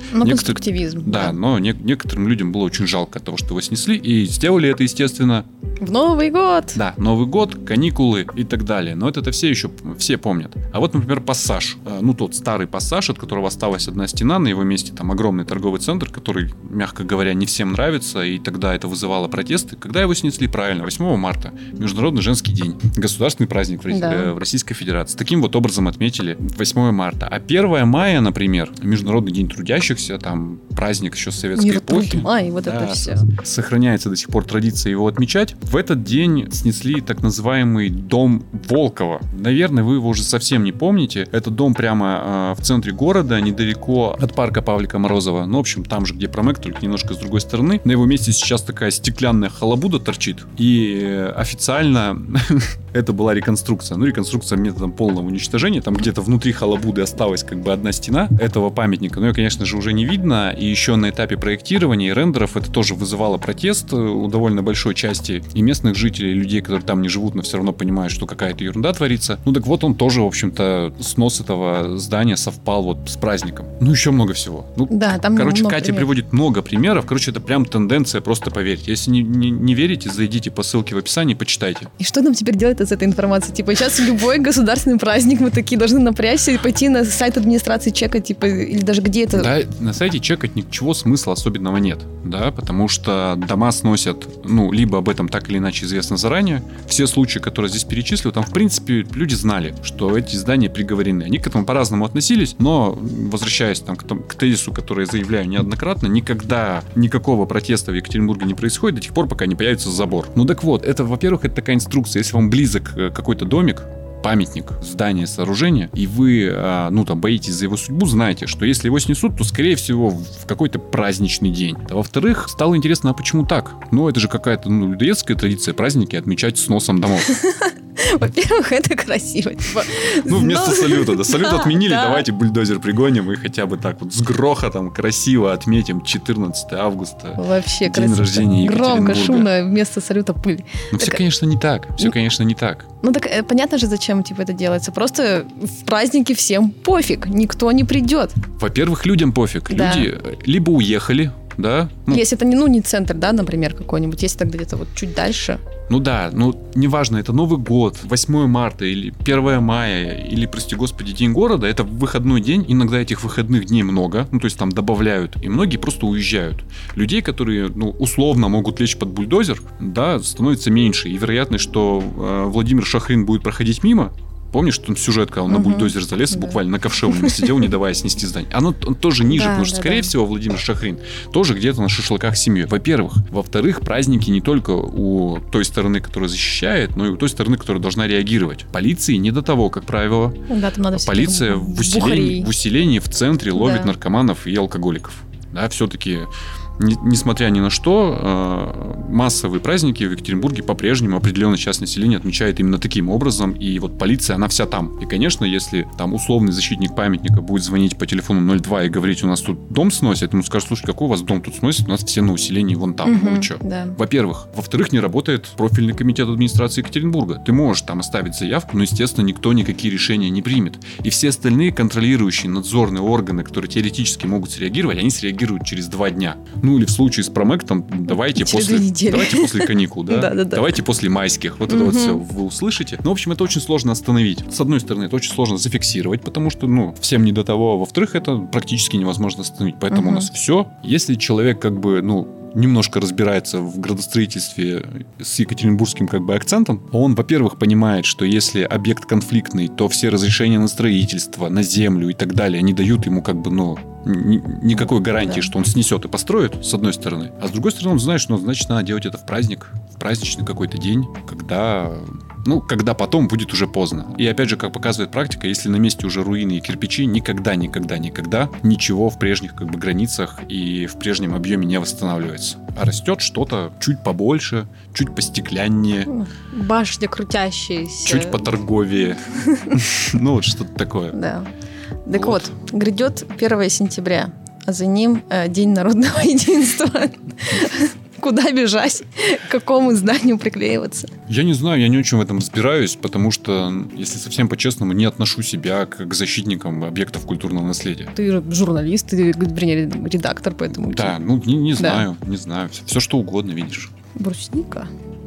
конструктивизм. Да, но некоторым людям было очень жалко того, что его снесли, и сделали это, естественно... В Новый год! Да, Новый год, каникулы и так далее. Но это все еще все помнят. А вот, например, Пассаж. Тот старый Пассаж, от которого осталась одна стена, на его месте там огромный торговый центр, который, мягко говоря, не всем нравится, и тогда это вызывало протесты. Когда его снесли? Правильно, 8 марта. Международный женский день. Государственный праздник в Российской Федерации. Таким вот образом отметили 8 марта. А 1 мая, например, Международный день трудящихся, там праздник еще с советской эпохи. Май, вот это все. Сохраняется до сих пор традиция его отмечать. В этот день снесли так называемый дом Волкова. Наверное, вы его уже совсем не помните. Это дом прямо в центре города, недалеко от парка Павлика Морозова. В общем, там же, где Промек, только немножко с другой стороны. На его месте сейчас такая стеклянная халабуда торчит. И официально это была реконструкция. Реконструкция методом полного уничтожения. Там где-то внутри халабуды осталась одна стена этого памятника. Но ее, конечно же, уже не видно. И еще на этапе проектирования и рендеров это тоже вызывало протест у довольно большой части и местных жителей, и людей, которые там не живут, но все равно понимают, что какая-то ерунда творится. Так вот, он тоже, в общем-то, снос этого здания совпал с праздником. Еще много всего. Там Катя примеров. приводит много примеров. Это прям тенденция, просто поверьте. Если не верите, зайдите по ссылке в описании, почитайте. И что нам теперь делать с этой информацией? Сейчас любой государственный праздник мы такие должны напрячься и пойти на сайт администрации чекать, или даже где это... Да, на сайте чекать ничего смысла особенного нет, да, потому что дома сносят, либо об этом так или иначе известно заранее. Все случаи, которые здесь перечислил, там, в принципе, люди знали, что эти здания приговорены. Они к этому по-разному относились, но, возвращаясь к тезису, который я заявляю неоднократно, никогда никакого протеста в Екатеринбурге не происходит до тех пор, пока не появится забор. Так вот, это, во-первых, это такая инструкция. Если вам близок какой-то домик, памятник, здание, сооружение, и вы, боитесь за его судьбу, знаете, что если его снесут, то, скорее всего, в какой-то праздничный день. А во-вторых, стало интересно, а почему так? Это же какая-то, людоедская традиция праздники отмечать сносом домов. Во-первых, это красиво. Вместо салюта. Да, салют отменили, давайте бульдозер пригоним и хотя бы так с грохотом красиво отметим 14 августа. Вообще день красиво. Рождения Екатеринбурга. Громко, шумно, вместо салюта пыль. Все, конечно, не так. Так понятно же, зачем это делается. Просто в праздники всем пофиг. Никто не придет. Во-первых, людям пофиг. Да. Люди либо уехали, да. Если это не центр, да, например, какой-нибудь. Если это где-то чуть дальше. Неважно, это Новый год, 8 марта или 1 мая, или, прости господи, День города, это выходной день, иногда этих выходных дней много, то есть там добавляют, и многие просто уезжают. Людей, которые, условно могут лечь под бульдозер, да, становится меньше, и вероятность, что Владимир Шахрин будет проходить мимо. Помнишь, там сюжет, когда он на бульдозер залез, буквально на ковше у него сидел, не давая снести здание. Он тоже ниже, потому что, скорее всего, Владимир Шахрин тоже где-то на шашлыках с семьей. Во-первых. Во-вторых, праздники не только у той стороны, которая защищает, но и у той стороны, которая должна реагировать. Полиции не до того, как правило. Да, там надо полиция в усилении в центре ловит наркоманов и алкоголиков. Да, все-таки... Несмотря ни на что, массовые праздники в Екатеринбурге по-прежнему определенная часть населения отмечает именно таким образом. И полиция, она вся там. И, конечно, если там условный защитник памятника будет звонить по телефону 02 и говорить, у нас тут дом сносят, ему скажут, слушай, какой у вас дом тут сносит? У нас все на усилении вон там. Вы что? Да. Во-первых. Во-вторых, не работает профильный комитет администрации Екатеринбурга. Ты можешь там оставить заявку, но, естественно, никто никакие решения не примет. И все остальные контролирующие надзорные органы, которые теоретически могут среагировать, они среагируют через 2 дня. Или в случае с Промектом, давайте после каникул, да? Давайте после майских. Вот это все вы услышите. В общем, это очень сложно остановить. С одной стороны, это очень сложно зафиксировать, потому что, всем не до того. Во-вторых, это практически невозможно остановить. Поэтому у нас все. Если человек немножко разбирается в градостроительстве с екатеринбургским акцентом, он, во-первых, понимает, что если объект конфликтный, то все разрешения на строительство, на землю и так далее, они дают ему никакой гарантии, что он снесет и построит, с одной стороны. А с другой стороны, он знает, что значит надо делать это в праздничный какой-то день, когда потом будет уже поздно. И опять же, как показывает практика, если на месте уже руины и кирпичи, никогда ничего в прежних границах и в прежнем объеме не восстанавливается. А растет что-то чуть побольше, чуть постекляннее. Башня крутящаяся. Чуть поторговее. Что-то такое. Да. Так вот, грядет 1 сентября, а за ним День народного единства. Куда бежать? К какому зданию приклеиваться? Я не знаю, я не очень в этом разбираюсь, потому что, если совсем по-честному, не отношу себя к защитникам объектов культурного наследия. Ты журналист, ты, вернее, редактор, поэтому... Да, ну не знаю, не знаю. Все что угодно, видишь. Брусника?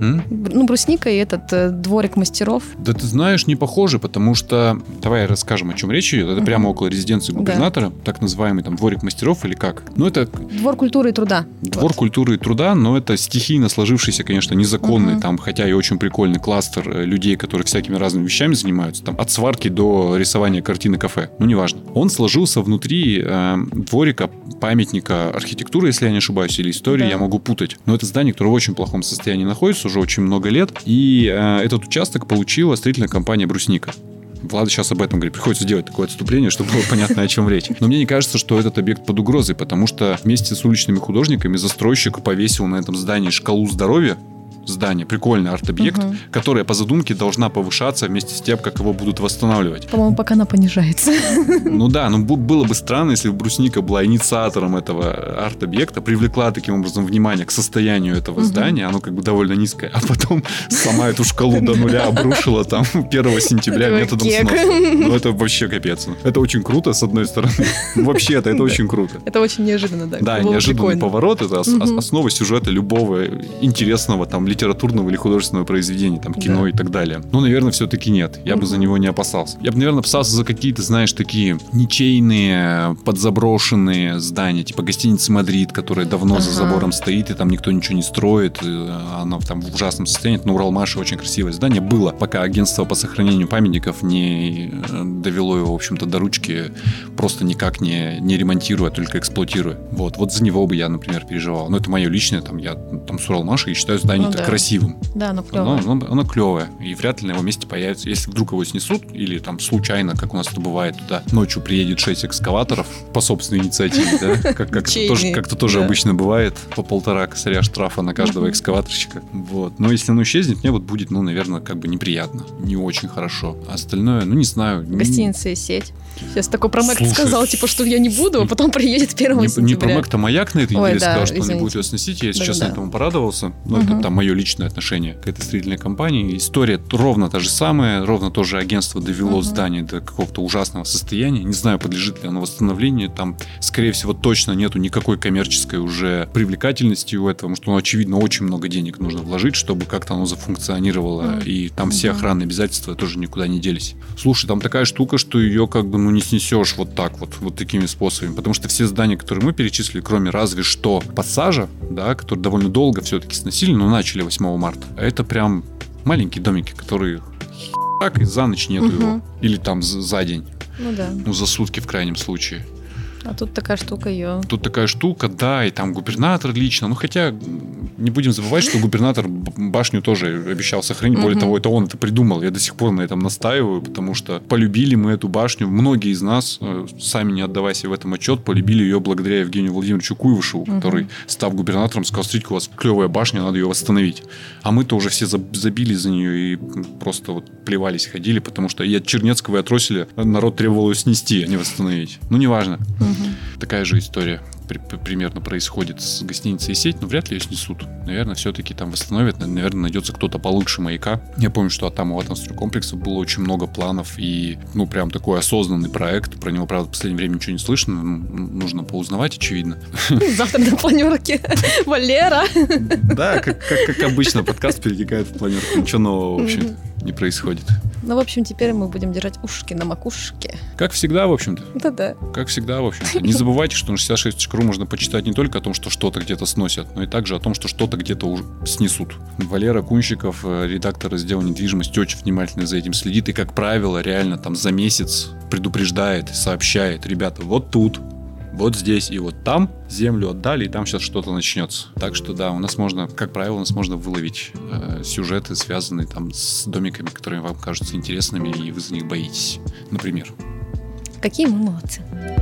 Ну, брусника и этот дворик мастеров. Да ты знаешь, не похоже, потому что... Давай расскажем, о чем речь идет. Это прямо около резиденции губернатора, так называемый там дворик мастеров или как? Ну, это... Двор культуры и труда. Двор культуры и труда, но это стихийно сложившийся, конечно, незаконный, там, хотя и очень прикольный кластер людей, которые всякими разными вещами занимаются, там, от сварки до рисования картины кафе. Ну, неважно. Он сложился внутри дворика, памятника архитектуры, если я не ошибаюсь, или истории, я могу путать. Но это здание, которое в очень плохом состоянии находится уже очень много лет, и этот участок получила строительная компания «Брусника». Влада сейчас об этом говорит. Приходится делать такое отступление, чтобы было понятно, о чем речь. Но мне не кажется, что этот объект под угрозой, потому что вместе с уличными художниками застройщик повесил на этом здании шкалу здоровья. Здание, прикольный арт-объект, которая по задумке должна повышаться вместе с тем, как его будут восстанавливать. По-моему, пока она понижается. Ну да, но было бы странно, если бы Брусника была инициатором этого арт-объекта, привлекла таким образом внимание к состоянию этого здания, оно как бы довольно низкое, а потом сама эту шкалу до нуля обрушила там 1 сентября методом сноса. Ну это вообще капец. Это очень круто, с одной стороны. Вообще это очень круто. Это очень неожиданно, да. Да, неожиданный поворот, это основа сюжета любого интересного там литературного или художественного произведения, там, кино и так далее. Ну, наверное, все-таки нет. Я бы за него не опасался. Я бы, наверное, опасался за какие-то, знаешь, такие ничейные, подзаброшенные здания, типа гостиницы «Мадрид», которая давно за забором стоит, и там никто ничего не строит. Оно там в ужасном состоянии. На Уралмаше очень красивое здание было, пока агентство по сохранению памятников не довело его, в общем-то, до ручки, просто никак не ремонтируя, только эксплуатируя. Вот за него бы я, например, переживал. Но это мое личное, там, я там с Уралмаша и считаю здание красивым. Да, оно клевое. Оно клевое. И вряд ли на его месте появится. Если вдруг его снесут, или там случайно, как у нас это бывает, туда ночью приедет 6 экскаваторов по собственной инициативе, да? Как-то тоже обычно бывает. По 1,5 косаря штрафа на каждого экскаваторщика. Вот. Но если оно исчезнет, мне вот будет, ну, наверное, как бы неприятно. Не очень хорошо. А остальное, ну, не знаю. Гостиница и сеть. Сейчас такой промект сказал, типа, что я не буду, а потом приедет 1 сентября. Не промект, а маяк на этой неделе сказал, что он не будет ее сносить. Я, если честно, этому порадовался. Но это там мое личное отношение к этой строительной компании. История ровно та же самая, ровно то же агентство довело здание до какого-то ужасного состояния. Не знаю, подлежит ли оно восстановлению. Там, скорее всего, точно нету никакой коммерческой уже привлекательности у этого, потому что, ну, очевидно, очень много денег нужно вложить, чтобы как-то оно зафункционировало. И там все охранные обязательства тоже никуда не делись. Слушай, там такая штука, что ее как бы, ну, не снесешь вот так вот такими способами. Потому что все здания, которые мы перечислили, кроме разве что Пассажа, да, которые довольно долго все-таки сносили, но начали 8 марта. Это прям маленькие домики, которые так и за ночь нету его. Или там за день. Ну да. Ну, за сутки в крайнем случае. А тут такая штука, Тут такая штука, да, и там губернатор лично. Ну, хотя не будем забывать, что губернатор башню тоже обещал сохранить. Более того, это он это придумал. Я до сих пор на этом настаиваю, потому что полюбили мы эту башню. Многие из нас, сами не отдавая себе в этом отчет, полюбили ее благодаря Евгению Владимировичу Куйвышеву, который, став губернатором, сказал: смотрите, у вас клевая башня, надо ее восстановить. А мы-то уже все забили за нее и просто вот плевались, ходили, потому что и от Чернецкого, и от Росселя народ требовал ее снести, а не восстановить. Ну, неважно. Такая же история примерно происходит с гостиницей «Сеть», но вряд ли ее снесут. Наверное, все-таки там восстановят, наверное, найдется кто-то получше «Маяка». Я помню, что там у Атомстройкомплекса было очень много планов и, ну, прям такой осознанный проект. Про него, правда, в последнее время ничего не слышно, нужно поузнавать, очевидно. Завтра на планерке. Валера! Да, как обычно, подкаст перетекает в планерку. Ничего нового, в общем, не происходит. Ну, в общем, теперь мы будем держать ушки на макушке. Как всегда, в общем-то. Да-да. Как всегда, в общем-то. Не забывайте, что на 66.ru можно почитать не только о том, что что-то где-то сносят, но и также о том, что что-то где-то уже снесут. Валера Кунщиков, редактор раздела недвижимости, очень внимательно за этим следит и, как правило, реально там за месяц предупреждает, сообщает: ребята, вот тут, вот здесь и вот там землю отдали, и там сейчас что-то начнется. Так что да, у нас можно, как правило, выловить сюжеты, связанные там с домиками, которые вам кажутся интересными, и вы за них боитесь. Например. Какие мы молодцы.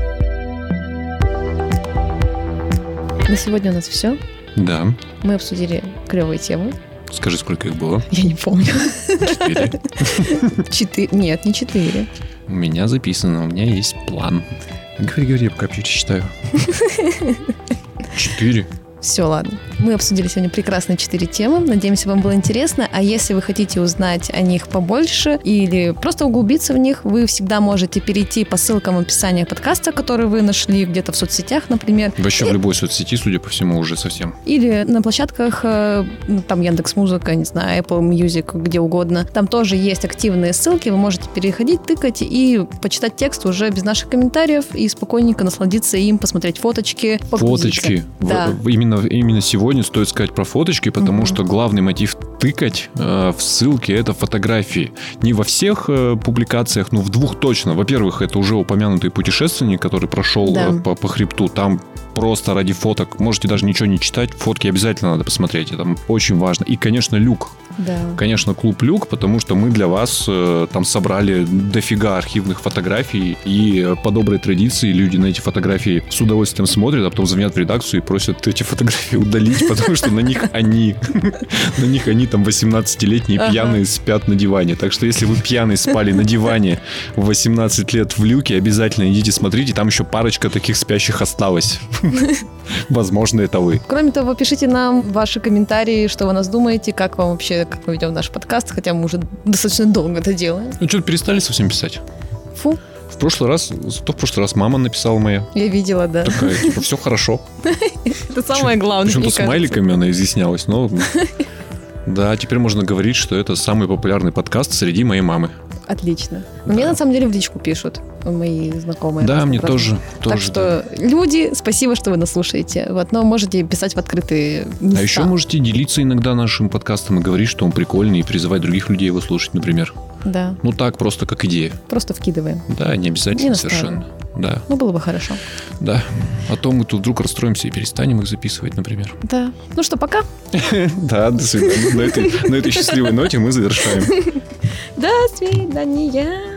На сегодня у нас все. Да. Мы обсудили клевые темы. Скажи, сколько их было? Я не помню. 4. 4. Нет, не 4. У меня записано, у меня есть план. Говори, я пока считаю. 4. Все, ладно. Мы обсудили сегодня прекрасные 4 темы. Надеемся, вам было интересно. А если вы хотите узнать о них побольше или просто углубиться в них, вы всегда можете перейти по ссылкам в описании подкаста, который вы нашли где-то в соцсетях, например. Вообще в любой соцсети, судя по всему, уже совсем. Или на площадках, там Яндекс.Музыка, не знаю, Apple Music, где угодно. Там тоже есть активные ссылки. Вы можете переходить, тыкать и почитать текст уже без наших комментариев и спокойненько насладиться им, посмотреть фоточки. Фоточки. Да. Именно сегодня стоит сказать про фоточки, потому что главный мотив тыкать в ссылки — это фотографии. Не во всех публикациях, но в 2 точно. Во-первых, это уже упомянутый путешественник, который прошел по хребту. Там просто ради фоток. Можете даже ничего не читать. Фотки обязательно надо посмотреть. Это очень важно. И, конечно, Люк. Да. Конечно, клуб Люк, потому что мы для вас там собрали дофига архивных фотографий. И по доброй традиции люди на эти фотографии с удовольствием смотрят, а потом звонят в редакцию и просят эти фотографии удалить, потому что на них они там 18-летние пьяные спят на диване. Так что если вы пьяные спали на диване в 18 лет в Люке, обязательно идите смотрите. Там еще парочка таких спящих осталось. Возможно, это вы. Кроме того, пишите нам ваши комментарии, что вы о нас думаете, как вам вообще, как мы ведем наш подкаст, хотя мы уже достаточно долго это делаем. Ну, что-то перестали совсем писать. Фу. В прошлый раз мама написала моя. Я видела, да. Такая, типа, все хорошо. Это самое главное, Почему-то смайликами она изъяснялась, но... Да, теперь можно говорить, что это самый популярный подкаст среди моей мамы. Отлично. Мне на самом деле в личку пишут мои знакомые. Да, мне тоже. Так что, люди, спасибо, что вы нас слушаете. Но можете писать в открытые места. А еще можете делиться иногда нашим подкастом и говорить, что он прикольный, и призывать других людей его слушать, например. Да. Ну так, просто как идея. Просто вкидываем. Да, не обязательно совершенно. Да. Ну, было бы хорошо. Да. А то мы тут вдруг расстроимся и перестанем их записывать, например. Да. Ну что, пока. Да, до свидания. На этой счастливой ноте мы завершаем. До свидания.